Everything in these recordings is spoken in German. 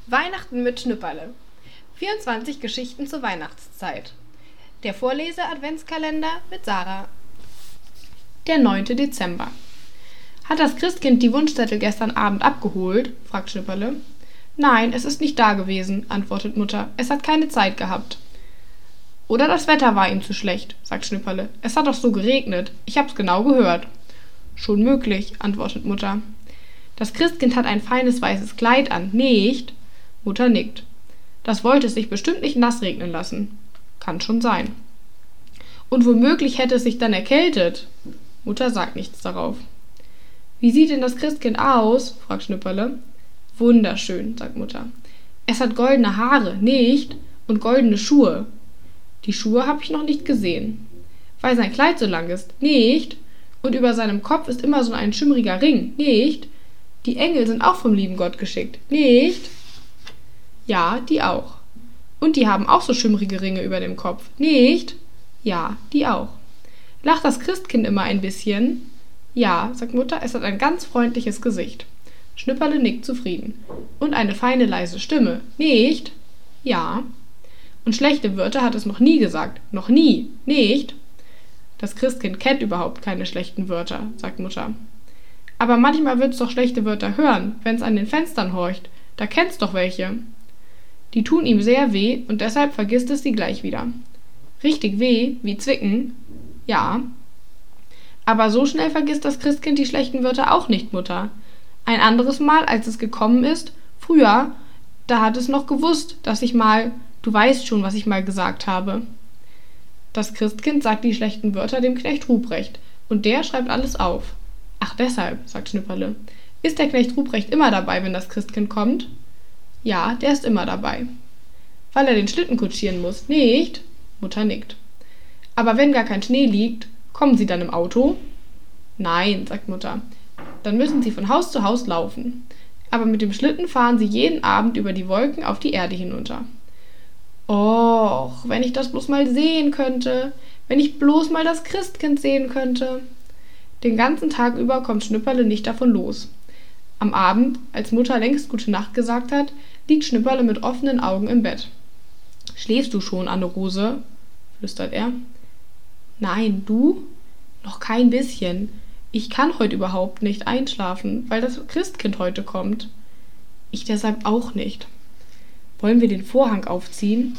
Weihnachten mit Schnüpperle. 24 Geschichten zur Weihnachtszeit. Der Vorlese-Adventskalender mit Sarah. Der 9. Dezember. Hat das Christkind die Wunschzettel gestern Abend abgeholt? Fragt Schnüpperle. Nein, es ist nicht da gewesen, antwortet Mutter. Es hat keine Zeit gehabt. Oder das Wetter war ihm zu schlecht, sagt Schnüpperle. Es hat doch so geregnet. Ich hab's genau gehört. Schon möglich, antwortet Mutter. Das Christkind hat ein feines weißes Kleid an, nicht? Mutter nickt. Das wollte es sich bestimmt nicht nass regnen lassen. Kann schon sein. Und womöglich hätte es sich dann erkältet. Mutter sagt nichts darauf. Wie sieht denn das Christkind aus? Fragt Schnüpperle. Wunderschön, sagt Mutter. Es hat goldene Haare, nicht? Und goldene Schuhe. Die Schuhe habe ich noch nicht gesehen. Weil sein Kleid so lang ist, nicht? Und über seinem Kopf ist immer so ein schimmriger Ring, nicht? Die Engel sind auch vom lieben Gott geschickt, nicht? Ja, die auch. Und die haben auch so schimmrige Ringe über dem Kopf, nicht? Ja, die auch. Lacht das Christkind immer ein bisschen? Ja, sagt Mutter, es hat ein ganz freundliches Gesicht. Schnüpperle nickt zufrieden. Und eine feine, leise Stimme, nicht? Ja. Und schlechte Wörter hat es noch nie gesagt, noch nie, nicht? Das Christkind kennt überhaupt keine schlechten Wörter, sagt Mutter. Aber manchmal wird's doch schlechte Wörter hören, wenn's an den Fenstern horcht. Da kennt's doch welche. Die tun ihm sehr weh und deshalb vergisst es sie gleich wieder. Richtig weh, wie Zwicken? Ja. Aber so schnell vergisst das Christkind die schlechten Wörter auch nicht, Mutter. Ein anderes Mal, als es gekommen ist, früher, da hat es noch gewusst, dass ich mal, du weißt schon, was ich mal gesagt habe. Das Christkind sagt die schlechten Wörter dem Knecht Ruprecht und der schreibt alles auf. Ach, deshalb, sagt Schnüpperle. Ist der Knecht Ruprecht immer dabei, wenn das Christkind kommt? Ja, der ist immer dabei. Weil er den Schlitten kutschieren muss, nicht? Mutter nickt. Aber wenn gar kein Schnee liegt, kommen Sie dann im Auto? Nein, sagt Mutter. Dann müssen Sie von Haus zu Haus laufen. Aber mit dem Schlitten fahren Sie jeden Abend über die Wolken auf die Erde hinunter. Och, wenn ich das bloß mal sehen könnte, wenn ich bloß mal das Christkind sehen könnte. Den ganzen Tag über kommt Schnüpperle nicht davon los. Am Abend, als Mutter längst gute Nacht gesagt hat, liegt Schnüpperle mit offenen Augen im Bett. Schläfst du schon, Anne-Rose? Flüstert er. Nein, du? Noch kein bisschen. Ich kann heute überhaupt nicht einschlafen, weil das Christkind heute kommt. Ich deshalb auch nicht. Wollen wir den Vorhang aufziehen?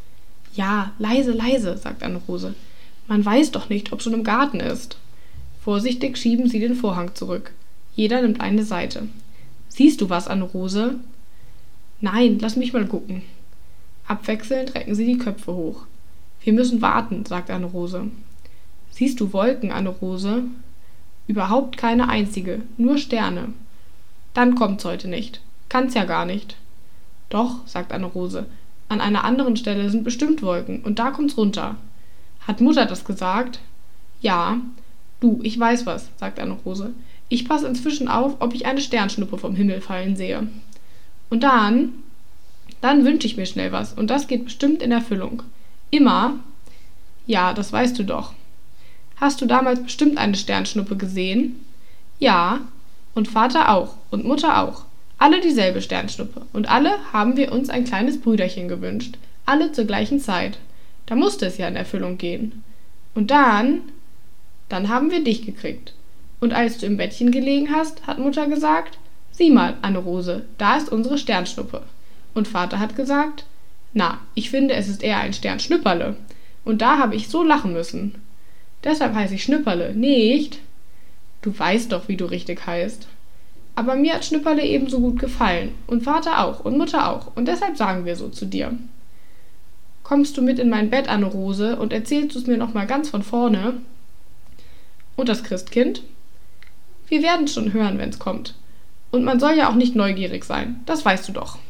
Ja, leise, leise, sagt Anne-Rose. Man weiß doch nicht, ob schon im Garten ist. Vorsichtig schieben sie den Vorhang zurück. Jeder nimmt eine Seite. Siehst du was, Anne-Rose? Nein, lass mich mal gucken. Abwechselnd recken sie die Köpfe hoch. Wir müssen warten, sagt Anne-Rose. Siehst du Wolken, Anne-Rose? Überhaupt keine einzige, nur Sterne. Dann kommt's heute nicht. Kann's ja gar nicht. Doch, sagt Anne-Rose, an einer anderen Stelle sind bestimmt Wolken und da kommt's runter. Hat Mutter das gesagt? Ja. Du, ich weiß was, sagt Anne-Rose. Ich passe inzwischen auf, ob ich eine Sternschnuppe vom Himmel fallen sehe. Und dann wünsche ich mir schnell was und das geht bestimmt in Erfüllung. Immer? Ja, das weißt du doch. Hast du damals bestimmt eine Sternschnuppe gesehen? Ja. Und Vater auch und Mutter auch. Alle dieselbe Sternschnuppe. Und alle haben wir uns ein kleines Brüderchen gewünscht. Alle zur gleichen Zeit. Da musste es ja in Erfüllung gehen. Und dann haben wir dich gekriegt. Und als du im Bettchen gelegen hast, hat Mutter gesagt, sieh mal, Anne-Rose, da ist unsere Sternschnuppe. Und Vater hat gesagt, na, ich finde, es ist eher ein Sternschnüpperle. Und da habe ich so lachen müssen. Deshalb heiße ich Schnüpperle, nicht? Du weißt doch, wie du richtig heißt. Aber mir hat Schnüpperle ebenso gut gefallen. Und Vater auch und Mutter auch. Und deshalb sagen wir so zu dir. Kommst du mit in mein Bett, Anne-Rose, und erzählst du es mir nochmal ganz von vorne? Und das Christkind? Wir werden schon hören, wenn's kommt. Und man soll ja auch nicht neugierig sein, das weißt du doch.